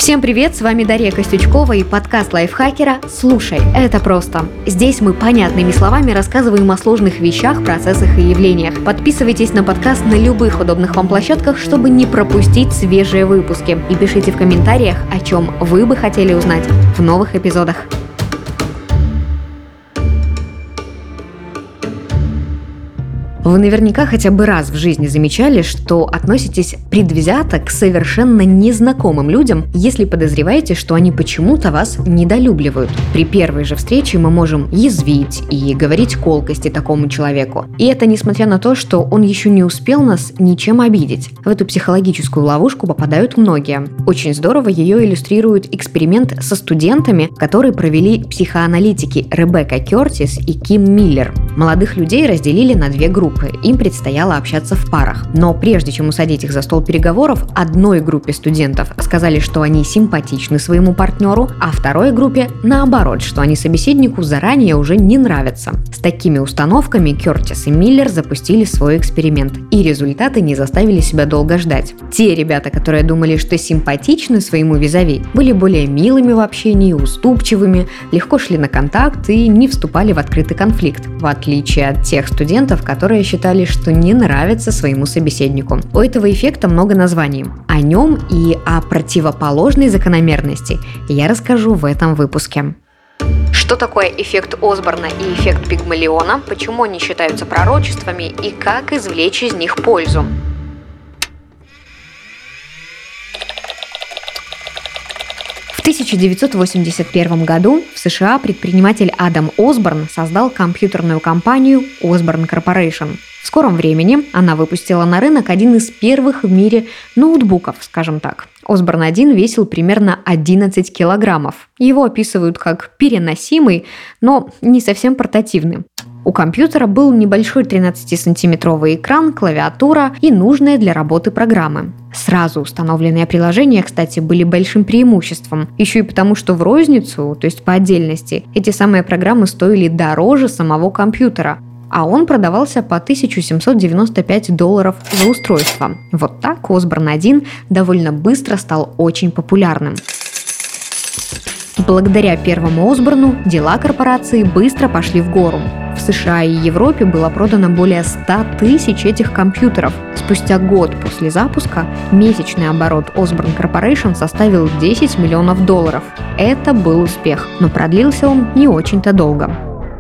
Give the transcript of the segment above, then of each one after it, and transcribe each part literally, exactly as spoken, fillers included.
Всем привет, с вами Дарья Костючкова и подкаст лайфхакера «Слушай, это просто». Здесь мы понятными словами рассказываем о сложных вещах, процессах и явлениях. Подписывайтесь на подкаст на любых удобных вам площадках, чтобы не пропустить свежие выпуски. И пишите в комментариях, о чем вы бы хотели узнать в новых эпизодах. Вы наверняка хотя бы раз в жизни замечали, что относитесь предвзято к совершенно незнакомым людям, если подозреваете, что они почему-то вас недолюбливают. При первой же встрече мы можем язвить и говорить колкости такому человеку. И это несмотря на то, что он еще не успел нас ничем обидеть. В эту психологическую ловушку попадают многие. Очень здорово ее иллюстрирует эксперимент со студентами, который провели психоаналитики Ребекка Кертис и Ким Миллер. Молодых людей разделили на две группы. Им предстояло общаться в парах. Но прежде чем усадить их за стол переговоров, одной группе студентов сказали, что они симпатичны своему партнеру, а второй группе наоборот, что они собеседнику заранее уже не нравятся. С такими установками Кертис и Миллер запустили свой эксперимент, и результаты не заставили себя долго ждать. Те ребята, которые думали, что симпатичны своему визави, были более милыми в общении, уступчивыми, легко шли на контакт и не вступали в открытый конфликт, в отличие от тех студентов, которые считали, что не нравится своему собеседнику. У этого эффекта много названий. О нем и о противоположной закономерности я расскажу в этом выпуске. Что такое эффект Осборна и эффект Пигмалиона, почему они считаются пророчествами и как извлечь из них пользу? В тысяча девятьсот восемьдесят первом году в США предприниматель Адам Осборн создал компьютерную компанию Osborne Corporation. В скором времени она выпустила на рынок один из первых в мире ноутбуков, скажем так. Osborne один весил примерно одиннадцать килограммов. Его описывают как переносимый, но не совсем портативный. У компьютера был небольшой тринадцатисантиметровый экран, клавиатура и нужные для работы программы. Сразу установленные приложения, кстати, были большим преимуществом. Еще и потому, что в розницу, то есть по отдельности, эти самые программы стоили дороже самого компьютера, а он продавался по тысяча семьсот девяносто пять долларов за устройство. Вот так Osborne один довольно быстро стал очень популярным. Благодаря первому Осборну дела корпорации быстро пошли в гору. В США и Европе было продано более ста тысяч этих компьютеров. Спустя год после запуска месячный оборот Osborne Corporation составил десять миллионов долларов. Это был успех, но продлился он не очень-то долго.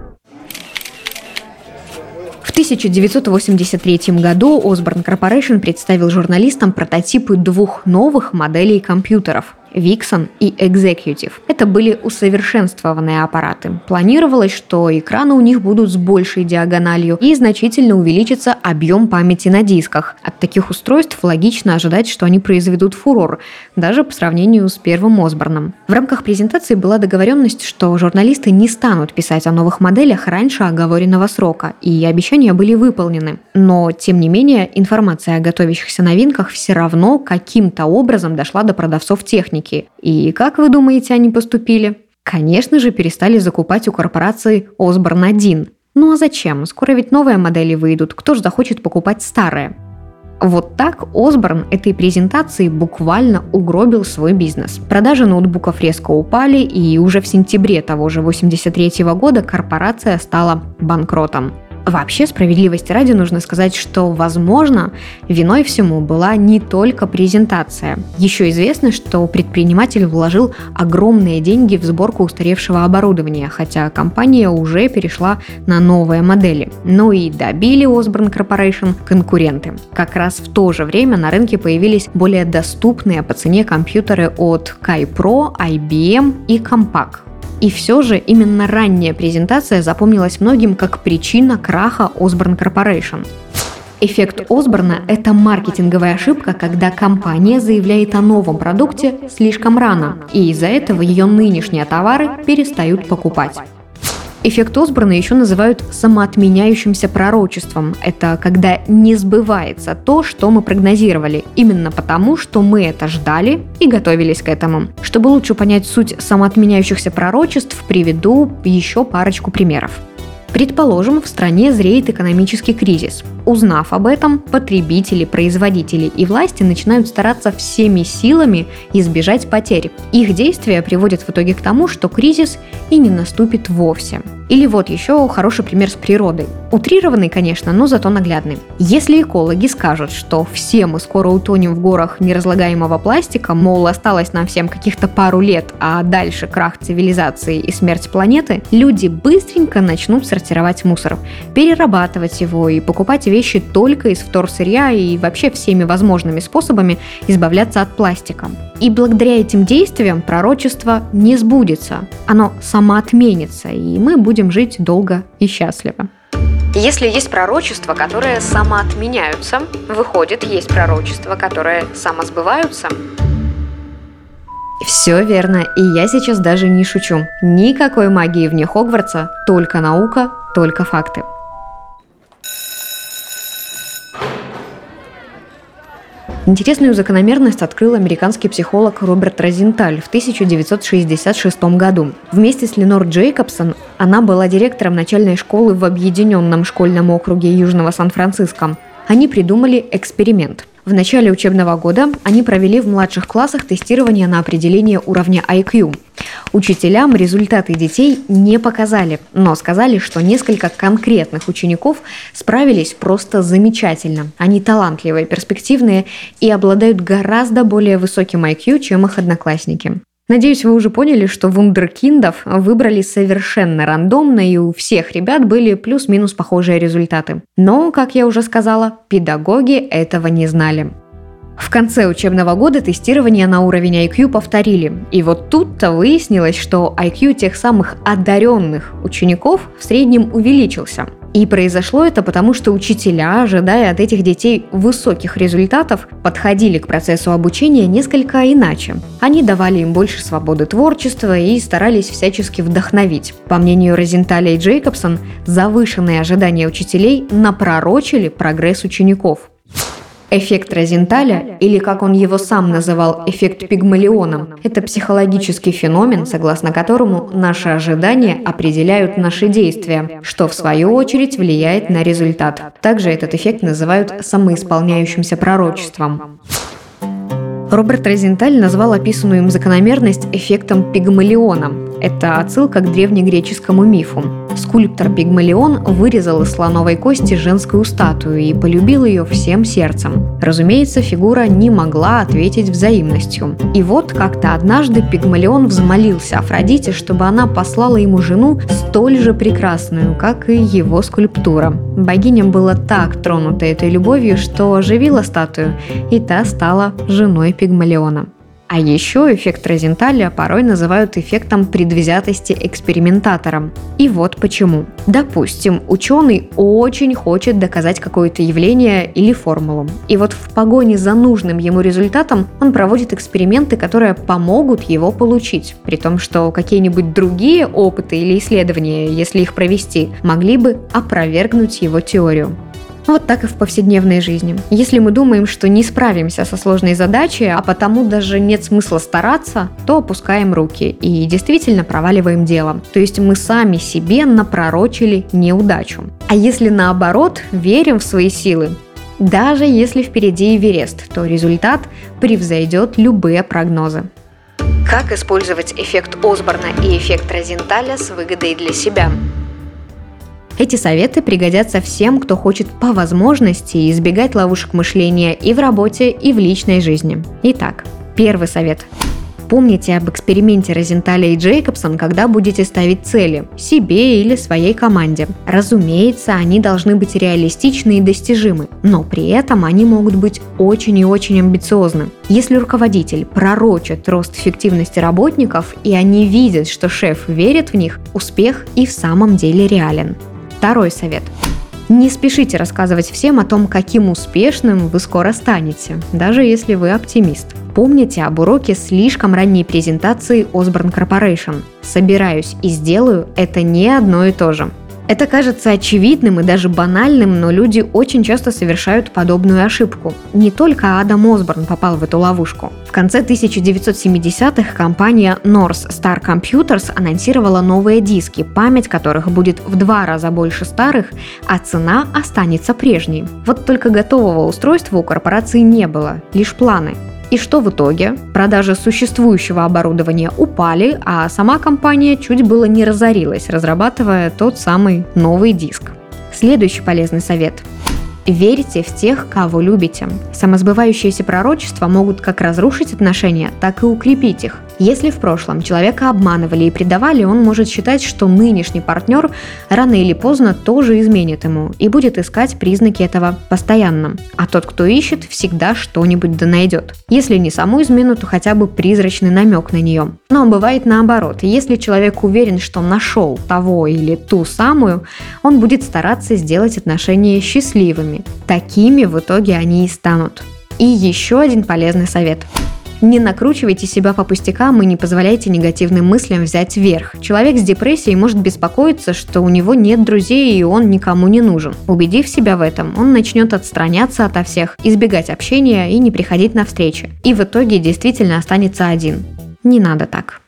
В тысяча девятьсот восемьдесят третьем году Osborne Corporation представил журналистам прототипы двух новых моделей компьютеров – Vixen и Executive. Это были усовершенствованные аппараты. Планировалось, что экраны у них будут с большей диагональю и значительно увеличится объем памяти на дисках. От таких устройств логично ожидать, что они произведут фурор, даже по сравнению с первым Осборном. В рамках презентации была договоренность, что журналисты не станут писать о новых моделях раньше оговоренного срока, и обещания были выполнены. Но, тем не менее, информация о готовящихся новинках все равно каким-то образом дошла до продавцов техники. И как вы думаете, они поступили? Конечно же, перестали закупать у корпорации Osborne один. Ну а зачем? Скоро ведь новые модели выйдут, кто же захочет покупать старые? Вот так Осборн этой презентацией буквально угробил свой бизнес. Продажи ноутбуков резко упали, и уже в сентябре того же восемьдесят третьего года корпорация стала банкротом. Вообще, справедливости ради нужно сказать, что, возможно, виной всему была не только презентация. Еще известно, что предприниматель вложил огромные деньги в сборку устаревшего оборудования, хотя компания уже перешла на новые модели. Ну и добили Osborne Corporation конкуренты. Как раз в то же время на рынке появились более доступные по цене компьютеры от Кайпро, ай би эм и Compaq. И все же именно ранняя презентация запомнилась многим как причина краха Osborne Corporation. Эффект Осборна – это маркетинговая ошибка, когда компания заявляет о новом продукте слишком рано, и из-за этого ее нынешние товары перестают покупать. Эффект Осборна еще называют самоотменяющимся пророчеством. Это когда не сбывается то, что мы прогнозировали, именно потому, что мы это ждали и готовились к этому. Чтобы лучше понять суть самоотменяющихся пророчеств, приведу еще парочку примеров. Предположим, в стране зреет экономический кризис. Узнав об этом, потребители, производители и власти начинают стараться всеми силами избежать потерь. Их действия приводят в итоге к тому, что кризис и не наступит вовсе. Или вот еще хороший пример с природой. Утрированный, конечно, но зато наглядный. Если экологи скажут, что все мы скоро утонем в горах неразлагаемого пластика, мол, осталось нам всем каких-то пару лет, а дальше крах цивилизации и смерть планеты, люди быстренько начнут сортировать мусор, перерабатывать его и покупать вещи только из вторсырья и вообще всеми возможными способами избавляться от пластика. И благодаря этим действиям пророчество не сбудется, оно самоотменится, и мы будем жить долго и счастливо. Если есть пророчества, которые самоотменяются, выходит, есть пророчества, которые самосбываются. Все верно, и я сейчас даже не шучу. Никакой магии вне Хогвартса, только наука, только факты. Интересную закономерность открыл американский психолог Роберт Розенталь в тысяча девятьсот шестьдесят шестом году. Вместе с Ленор Джейкобсон она была директором начальной школы в Объединенном школьном округе Южного Сан-Франциско. Они придумали эксперимент. В начале учебного года они провели в младших классах тестирование на определение уровня ай кью. Учителям результаты детей не показали, но сказали, что несколько конкретных учеников справились просто замечательно. Они талантливые, перспективные и обладают гораздо более высоким ай кью, чем их одноклассники. Надеюсь, вы уже поняли, что вундеркиндов выбрали совершенно рандомно, и у всех ребят были плюс-минус похожие результаты. Но, как я уже сказала, педагоги этого не знали. В конце учебного года тестирование на уровень ай кью повторили. И вот тут-то выяснилось, что ай кью тех самых одаренных учеников в среднем увеличился. И произошло это потому, что учителя, ожидая от этих детей высоких результатов, подходили к процессу обучения несколько иначе. Они давали им больше свободы творчества и старались всячески вдохновить. По мнению Розенталя и Джейкобсон, завышенные ожидания учителей напророчили прогресс учеников. Эффект Розенталя, или как он его сам называл, эффект Пигмалиона, это психологический феномен, согласно которому наши ожидания определяют наши действия, что в свою очередь влияет на результат. Также этот эффект называют самоисполняющимся пророчеством. Роберт Розенталь назвал описанную им закономерность эффектом Пигмалиона. Это отсылка к древнегреческому мифу. Скульптор Пигмалион вырезал из слоновой кости женскую статую и полюбил ее всем сердцем. Разумеется, фигура не могла ответить взаимностью. И вот как-то однажды Пигмалион взмолился Афродите, чтобы она послала ему жену столь же прекрасную, как и его скульптура. Богиня была так тронута этой любовью, что оживила статую, и та стала женой Пигмалиона. А еще эффект Розенталя порой называют эффектом предвзятости экспериментатора. И вот почему. Допустим, ученый очень хочет доказать какое-то явление или формулу. И вот в погоне за нужным ему результатом он проводит эксперименты, которые помогут его получить. При том, что какие-нибудь другие опыты или исследования, если их провести, могли бы опровергнуть его теорию. Вот так и в повседневной жизни. Если мы думаем, что не справимся со сложной задачей, а потому даже нет смысла стараться, то опускаем руки и действительно проваливаем дело. То есть мы сами себе напророчили неудачу. А если наоборот, верим в свои силы, даже если впереди Эверест, то результат превзойдет любые прогнозы. Как использовать эффект Осборна и эффект Розенталя с выгодой для себя? Эти советы пригодятся всем, кто хочет по возможности избегать ловушек мышления и в работе, и в личной жизни. Итак, первый совет. Помните об эксперименте Розенталя и Джейкобсон, когда будете ставить цели себе или своей команде. Разумеется, они должны быть реалистичны и достижимы, но при этом они могут быть очень и очень амбициозны. Если руководитель пророчит рост эффективности работников, и они видят, что шеф верит в них, успех и в самом деле реален. Второй совет. Не спешите рассказывать всем о том, каким успешным вы скоро станете, даже если вы оптимист. Помните об уроке слишком ранней презентации Osborne Corporation. «Собираюсь и сделаю» – это не одно и то же. Это кажется очевидным и даже банальным, но люди очень часто совершают подобную ошибку. Не только Адам Осборн попал в эту ловушку. В конце тысяча девятьсот семидесятых компания North Star Computers анонсировала новые диски, память которых будет в два раза больше старых, а цена останется прежней. Вот только готового устройства у корпорации не было, лишь планы. И что в итоге? Продажи существующего оборудования упали, а сама компания чуть было не разорилась, разрабатывая тот самый новый диск. Следующий полезный совет. Верьте в тех, кого любите. Самосбывающиеся пророчества могут как разрушить отношения, так и укрепить их. Если в прошлом человека обманывали и предавали, он может считать, что нынешний партнер рано или поздно тоже изменит ему и будет искать признаки этого постоянно. А тот, кто ищет, всегда что-нибудь да найдет. Если не саму измену, то хотя бы призрачный намек на нее. Но бывает наоборот. Если человек уверен, что нашел того или ту самую, он будет стараться сделать отношения счастливыми. Такими в итоге они и станут. И еще один полезный совет. Не накручивайте себя по пустякам и не позволяйте негативным мыслям взять верх. Человек с депрессией может беспокоиться, что у него нет друзей и он никому не нужен. Убедив себя в этом, он начнет отстраняться ото всех, избегать общения и не приходить на встречи. И в итоге действительно останется один. Не надо так.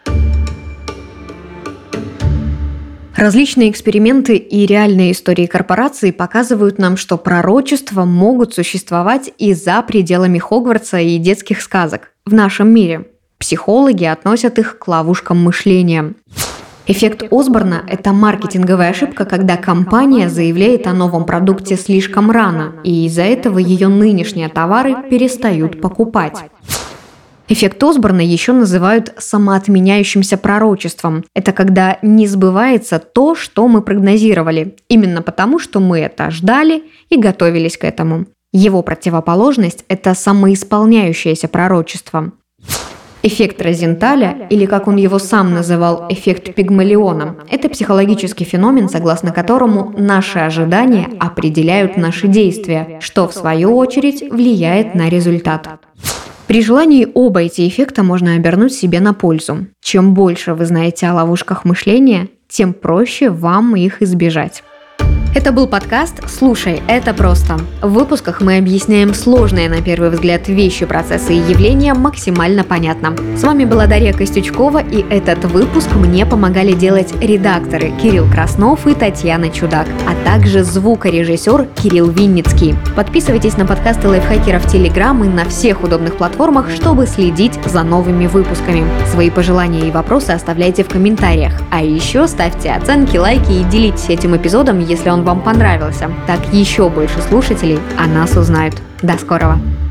Различные эксперименты и реальные истории корпораций показывают нам, что пророчества могут существовать и за пределами Хогвартса и детских сказок в нашем мире. Психологи относят их к ловушкам мышления. Эффект Осборна – это маркетинговая ошибка, когда компания заявляет о новом продукте слишком рано, и из-за этого ее нынешние товары перестают покупать. Эффект Осборна еще называют самоотменяющимся пророчеством. Это когда не сбывается то, что мы прогнозировали, именно потому, что мы это ждали и готовились к этому. Его противоположность – это самоисполняющееся пророчество. Эффект Розенталя, или как он его сам называл, эффект Пигмалиона, это психологический феномен, согласно которому наши ожидания определяют наши действия, что в свою очередь влияет на результат. При желании оба эти эффекта можно обернуть себе на пользу. Чем больше вы знаете о ловушках мышления, тем проще вам их избежать. Это был подкаст «Слушай, это просто». В выпусках мы объясняем сложные на первый взгляд вещи, процессы и явления максимально понятно. С вами была Дарья Костючкова, и этот выпуск мне помогали делать редакторы Кирилл Краснов и Татьяна Чудак, а также звукорежиссер Кирилл Винницкий. Подписывайтесь на подкасты лайфхакеров в Телеграм и на всех удобных платформах, чтобы следить за новыми выпусками. Свои пожелания и вопросы оставляйте в комментариях. А еще ставьте оценки, лайки и делитесь этим эпизодом, если он вам понравился. Так еще больше слушателей о нас узнают. До скорого!